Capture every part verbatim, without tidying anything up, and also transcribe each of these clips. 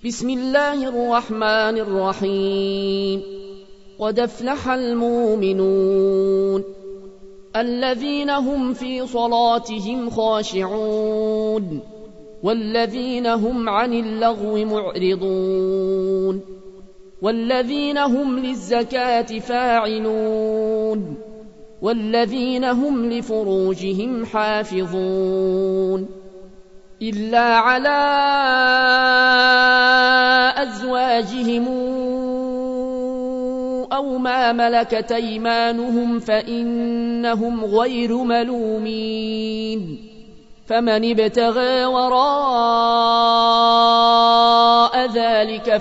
بسم الله الرحمن الرحيم. قد أفلح المؤمنون الذين هم في صلاتهم خاشعون والذين هم عن اللغو معرضون والذين هم للزكاة فاعلون والذين هم لفروجهم حافظون إلا على أزواجهم أو ما ملكت أيمانهم فإنهم غير ملومين فمن ابتغى وراء ذلك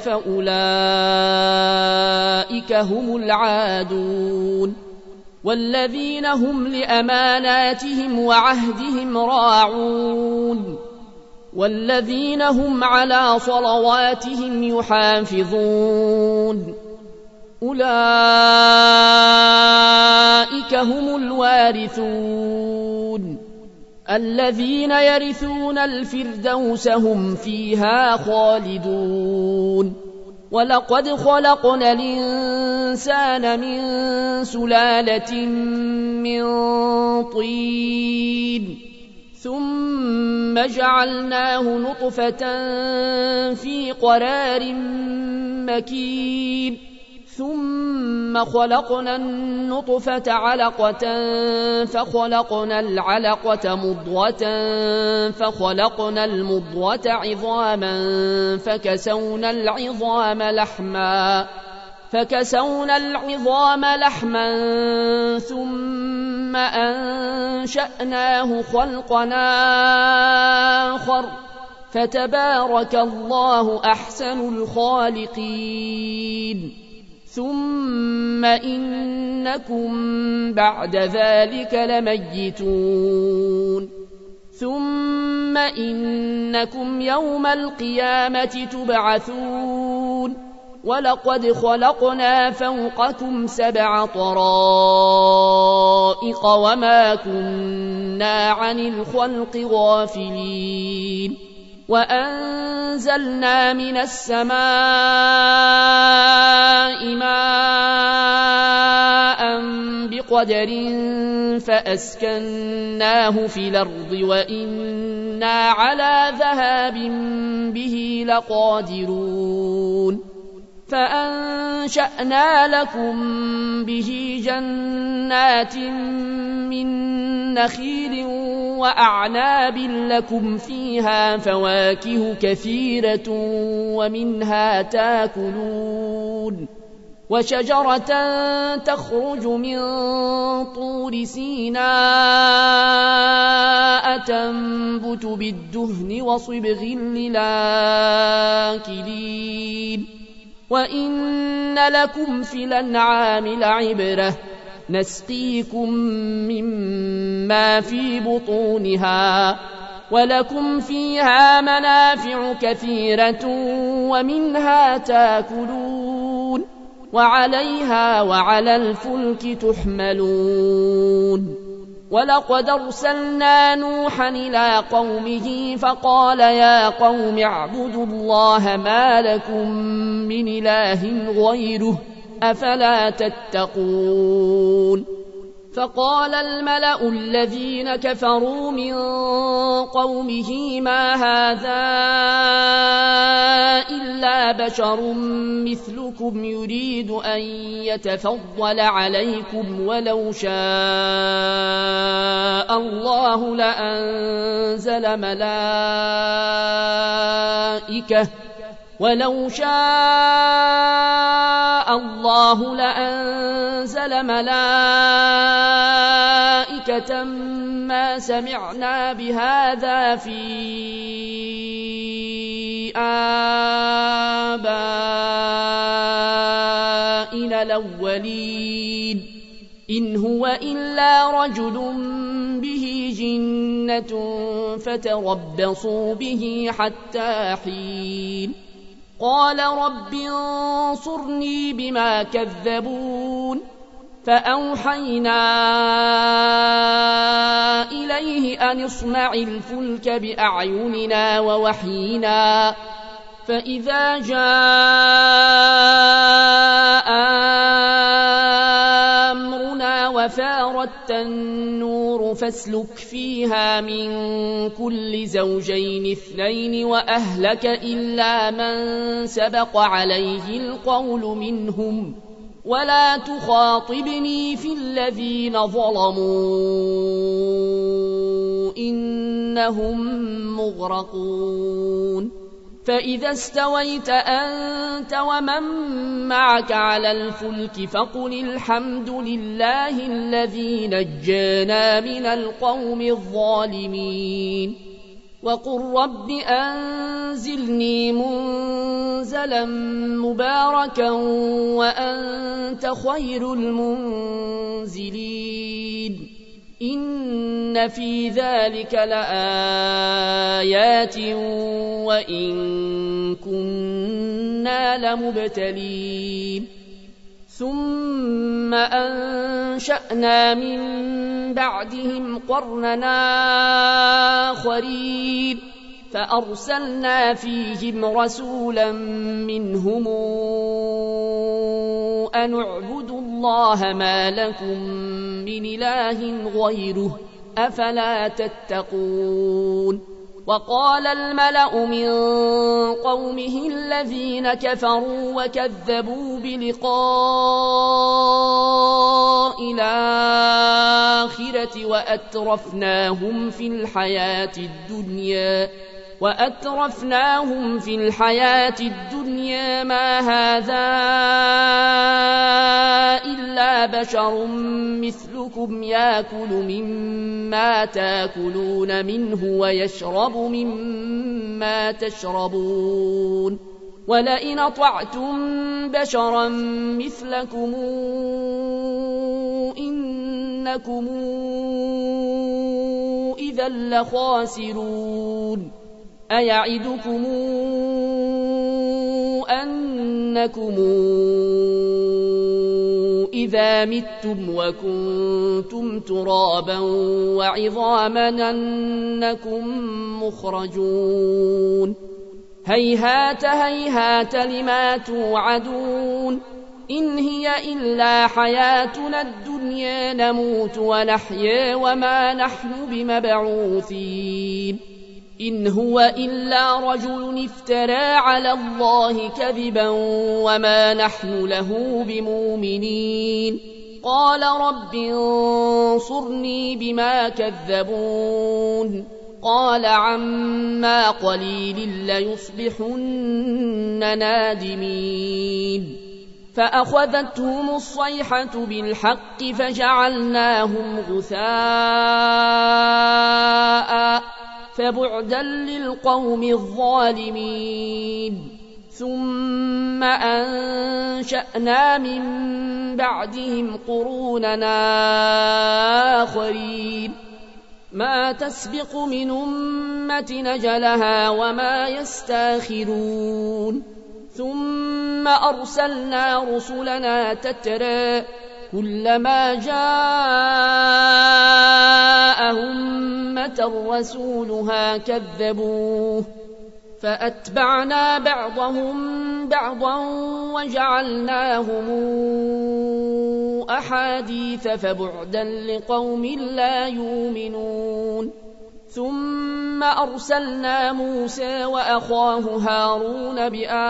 فأولئك هم العادون والذين هم لأماناتهم وعهدهم راعون والذين هم على صلواتهم يحافظون أولئك هم الوارثون الذين يرثون الفردوس هم فيها خالدون ولقد خلقنا الإنسان من سلالة من طين ثم جعلناه نطفة في قرار مكين ثم خلقنا النطفة علقة فخلقنا العلقة مضغة فخلقنا المضغة عظاما فكسونا العظام لحما فكسونا العظام لحما ثم أنشأناه خلقنا آخر فتبارك الله أحسن الخالقين ثم إنكم بعد ذلك لميتون ثم إنكم يوم القيامة تبعثون ولقد خلقنا فوقكم سبع طرائق وما كنا عن الخلق غافلين وأنزلنا من السماء ماء بقدر فأسكناه في الأرض وإنا على ذهاب به لقادرون فأنشأنا لكم به جنات من نخيل وأعناب لكم فيها فواكه كثيرة ومنها تاكلون وشجرة تخرج من طور سيناء تنبت بالدهن وصبغ للآكلين وإن لكم في الأنعام لعبرة نسقيكم مما في بطونها ولكم فيها منافع كثيرة ومنها تاكلون وعليها وعلى الفلك تحملون ولقد أرسلنا نوحا إلى قومه فقال يا قوم اعبدوا الله ما لكم من إله غيره أفلا تتقون فقال الملأ الذين كفروا من قومه ما هذا إلا بشر مثلكم يريد أن يتفضل عليكم ولو شاء الله لأنزل ملائكة ولو شاء الله لأنزل ملائكة ما سمعنا بهذا في آبائنا الأولين إن هو إلا رجل به جنة فتربصوا به حتى حين قال رب انصرني بما كذبون فأوحينا إليه أن اصنع الفلك بأعيننا ووحينا فإذا جاء أمرنا وفارت النور فاسلك فيها من كل زوجين اثنين وأهلك إلا من سبق عليه القول منهم ولا تخاطبني في الذين ظلموا إنهم مغرقون فإذا استويت أنت ومن معك على الفلك فقل الحمد لله الذي نجانا من القوم الظالمين وقل رب أنزلني منزلا مباركا وأنت خير المنزلين إن في ذلك لآيات وإن كنا لمبتلين ثم أنشأنا من بعدهم قرننا آخرين فأرسلنا فيهم رسولا منهم أن اعبدوا الله ما لكم من إله غيره أفلا تتقون وقال الملأ من قومه الذين كفروا وكذبوا بلقاء الآخرة وأترفناهم في الحياة الدنيا وأترفناهم في الحياة الدنيا ما هذا إلا بشر مثلكم يأكل مما تأكلون منه ويشرب مما تشربون ولئن أطعتم بشرا مثلكم إنكم إذا لخاسرون أيعدكم أنكم إذا متم وكنتم ترابا وعظاما أنكم مخرجون هيهات هيهات لما توعدون إن هي إلا حياتنا الدنيا نموت ونحيا وما نحن بمبعوثين إن هو إلا رجل افترى على الله كذبا وما نحن له بمؤمنين قال رب انصرني بما كذبون قال عما قليل ليصبحن نادمين فأخذتهم الصيحة بالحق فجعلناهم غثاء فبعدا للقوم الظالمين ثم أنشأنا من بعدهم قروننا آخرين ما تسبق من أمة نجلها وما يستاخرون ثم أرسلنا رسلنا تترى كلما جاء أمة رسولها كذبوه فأتبعنا بعضهم بعضا وجعلناهم أحاديث فبعدا لقوم لا يؤمنون ثم أرسلنا موسى وأخاه هارون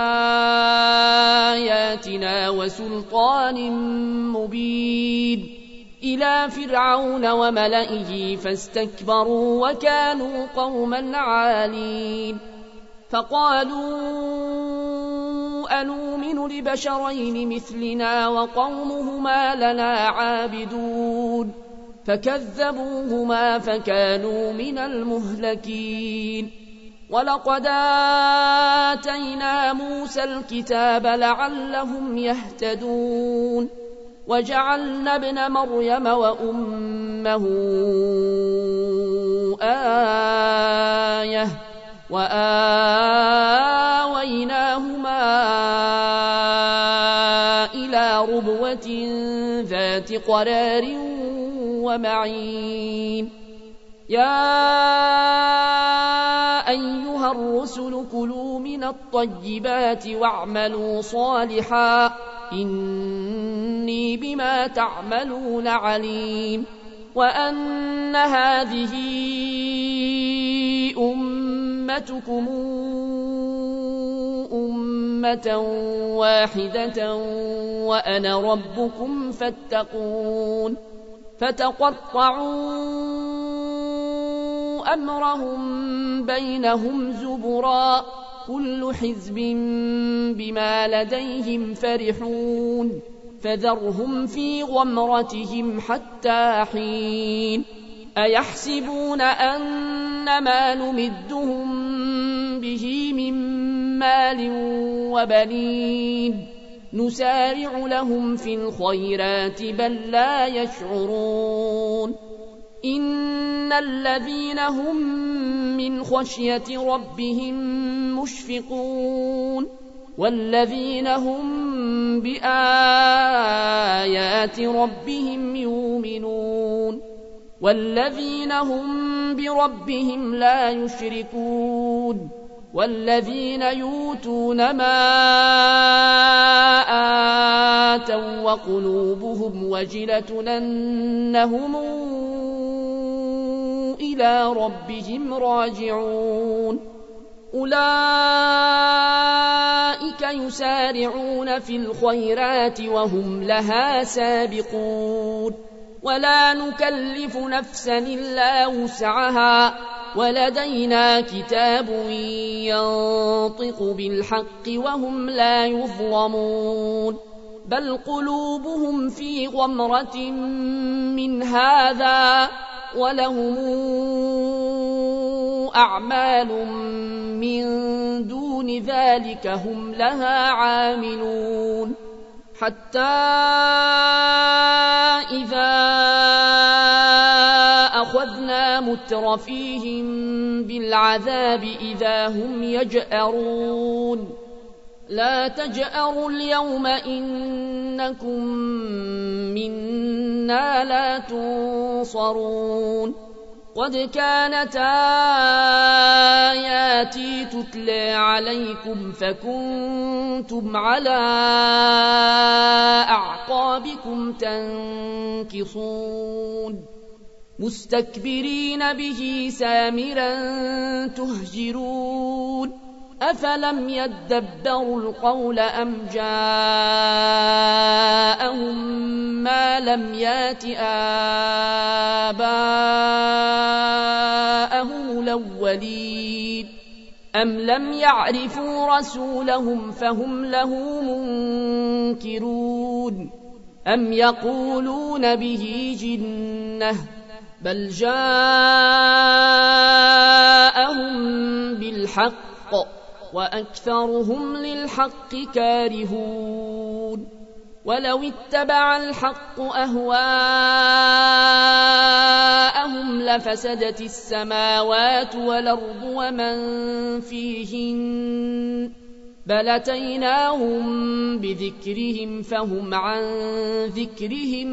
بآياتنا وسلطان مبين إلى فرعون وملئه فاستكبروا وكانوا قوما عالين فقالوا أنؤمن لبشرين مثلنا وقومهما لنا عابدون فكذبوهما فكانوا من المهلكين ولقد آتينا موسى الكتاب لعلهم يهتدون وجعلنا ابن مريم وأمه آية وآويناهما إلى ربوة ذات قرار ومعين يا أيها أيها الرسل كلوا من الطيبات واعملوا صالحا إني بما تعملون عليم وأن هذه أمتكم أمة واحدة وأنا ربكم فاتقون فتقطعوا أمرهم بينهم زبرا كل حزب بما لديهم فرحون فذرهم في غمرتهم حتى حين أيحسبون أن ما نمدهم به من مال وبنين نسارع لهم في الخيرات بل لا يشعرون إن الذين هم من خشية ربهم مشفقون والذين هم بآيات ربهم يؤمنون والذين هم بربهم لا يشركون والذين يؤتون ما آتوا وقلوبهم وجلة أنهم إلى ربهم راجعون أولئك يسارعون في الخيرات وهم لها سابقون ولا نكلف نفسا إلا وسعها ولدينا كتاب ينطق بالحق وهم لا يظلمون بل قلوبهم في غمرة من هذا ولهم أعمال من دون ذلك هم لها عاملون حتى إذا أخذنا مترفيهم بالعذاب إذا هم يجأرون لا تجأروا اليوم إنكم منا لا تنصرون قد كانت آياتي تتلى عليكم فكنتم على أعقابكم تنكصون مستكبرين به سامرا تهجرون أفلم يدبروا القول أم جاءهم ما لم يات آباءهم الأولين أم لم يعرفوا رسولهم فهم له منكرون أم يقولون به جنة بل جاءهم بالحق وأكثرهم للحق كارهون ولو اتبع الحق أهواءهم لفسدت السماوات والأرض ومن فيهن بل أتيناهم بذكرهم فهم عن ذكرهم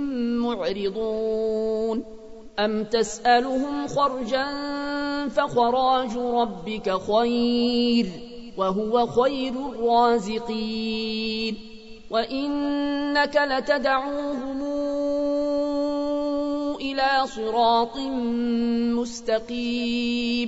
معرضون أم تسألهم خرجا فخراج ربك خير وهو خير الرازقين وإنك لتدعوهم إلى صراط مستقيم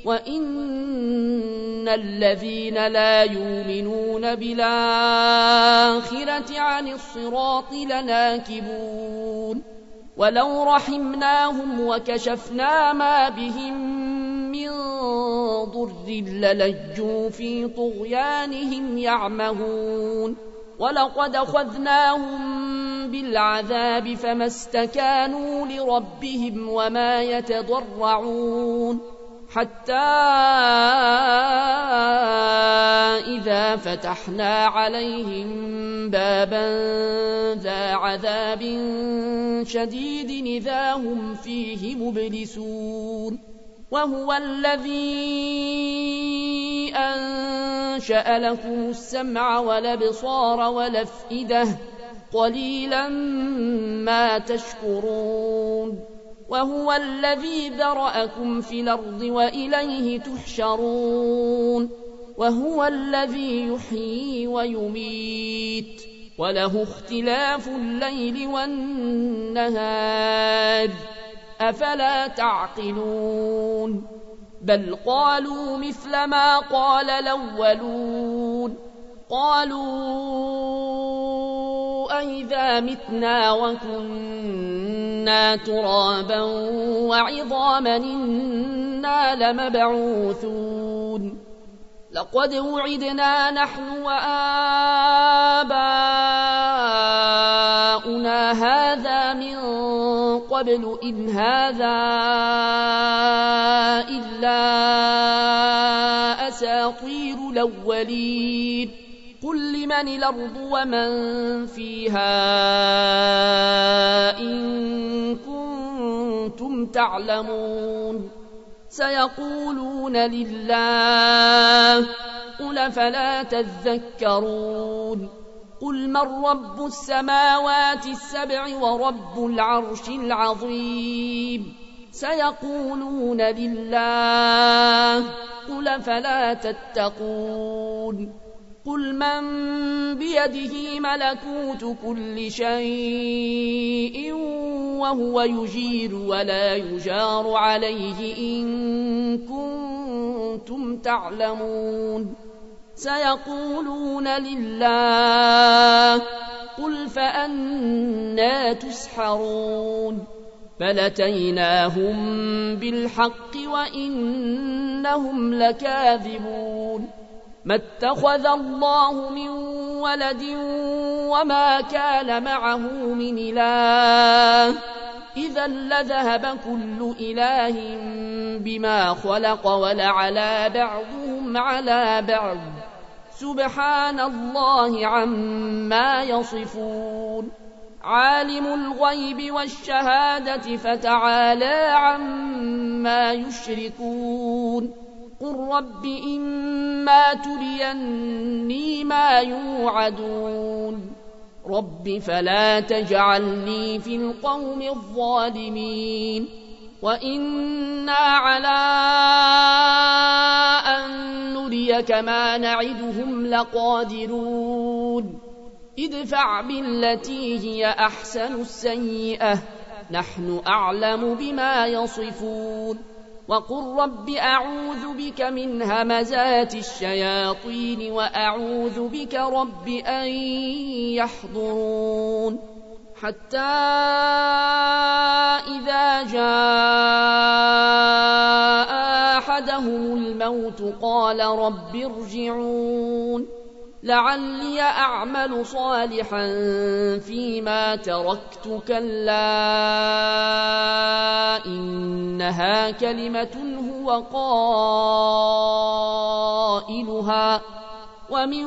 وإن الذين لا يؤمنون بالآخرة عن الصراط لناكبون ولو رحمناهم وكشفنا ما بهم من ضر للجوا في طغيانهم يعمهون ولقد أخذناهم بالعذاب فما استكانوا لربهم وما يتضرعون حتى إذا فتحنا عليهم بابا ذا عذاب شديد إذا هم فيه مبلسون وهو الذي أنشأ لكم السمع والأبصار والأفئدة قليلا ما تشكرون وهو الذي ذرأكم في الأرض وإليه تحشرون وهو الذي يحيي ويميت وله اختلاف الليل والنهار أفلا تعقلون بل قالوا مثل ما قال الأولون قالوا أئذا متنا وكنا ترابا وعظاما إنا لمبعوثون لقد وعدنا نحن وآباؤنا هذا من قبل إن هذا إلا أساطير الأولين قل لمن الأرض ومن فيها إن كنتم تعلمون سيقولون لله قل فلا تذكرون قل من رب السماوات السبع ورب العرش العظيم سيقولون لله قل فلا تتقون قل من بيده ملكوت كل شيء وهو يجير ولا يجار عليه إن كنتم تعلمون سيقولون لله قل فأنا تسحرون بل أتيناهم بالحق وإنهم لكاذبون ما اتخذ الله من ولد وما كان معه من إله إذا لذهب كل إله بما خلق ولعلى بعضهم على بعض سبحان الله عما يصفون عالم الغيب والشهادة فتعالى عما يشركون قل رب إما تريني ما يوعدون رب فلا تجعلني في القوم الظالمين وإنا على أن نريك ما نعدهم لقادرون ادفع بالتي هي أحسن السيئة نحن أعلم بما يصفون وقل رب أعوذ بك من همزات الشياطين وأعوذ بك رب أن يحضرون حتى إذا جاء أحدهم الموت قال رب ارجعون لعلي أعمل صالحا فيما تركت كلا إنها كلمة هو قائلها ومن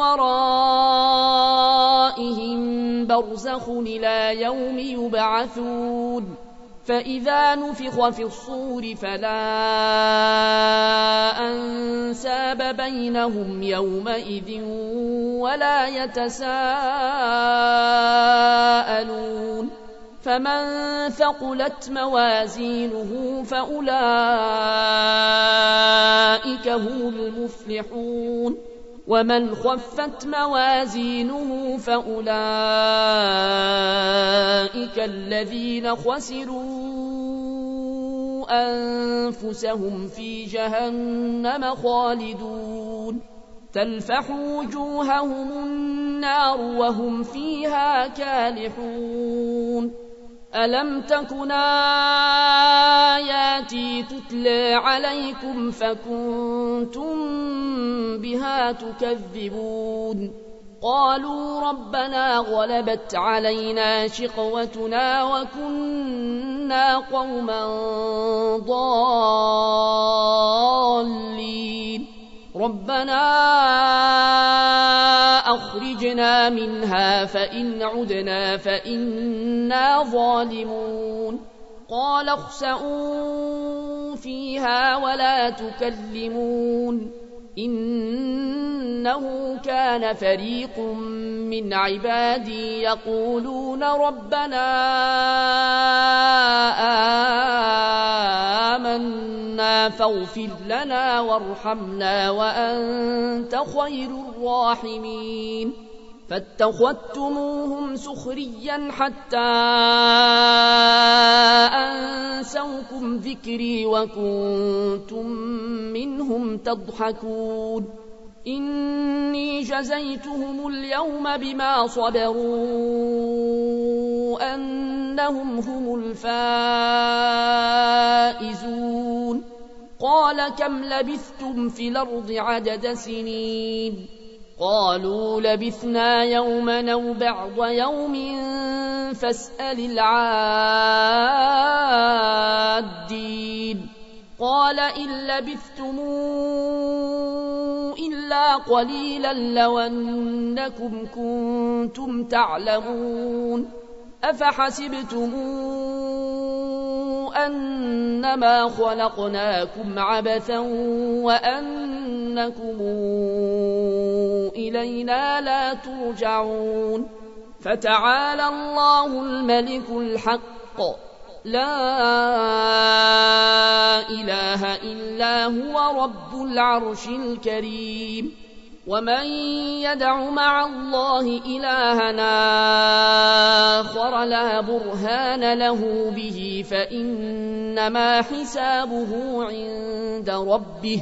ورائهم برزخ إلى يوم يبعثون فإذا نفخ في الصور فلا أنساب بينهم يومئذ ولا يتساءلون فمن ثقلت موازينه فأولئك هم المفلحون ومن خفت موازينه فأولئك الذين خسروا أنفسهم في جهنم خالدون تلفح وجوههم النار وهم فيها كالحون ألم تكن آياتي تتلى عليكم فكنتم بها تكذبون قالوا ربنا غلبت علينا شقوتنا وكنا قوما ضالين ربنا أخرجنا منها فإن عدنا فإنا ظالمون قال اخسئوا فيها ولا تكلمون إنه كان فريق من عبادي يقولون ربنا آمنا فاغفر لنا وارحمنا وأنت خير الراحمين فاتخذتموهم سخريا حتى أنسوكم ذكري وكنتم منهم تضحكون إني جزيتهم اليوم بما صبروا أنهم هم الفائزون قال كم لبثتم في الأرض عدد سنين قالوا لبثنا يوما أو بعض يوم فاسأل العادين قال إن لبثتم إلا قليلا لو أنكم كنتم تعلمون أفحسبتم أنما خلقناكم عبثا وأنكم إلينا لا ترجعون فتعالى الله الملك الحق لا إله إلا هو رب العرش الكريم ومن يدع مع الله إلهنا آخر لا برهان له به فإنما حسابه عند ربه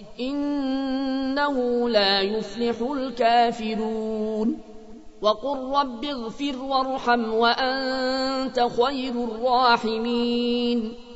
إنه لا يفلح الكافرون وقل رب اغفر وارحم وأنت خير الراحمين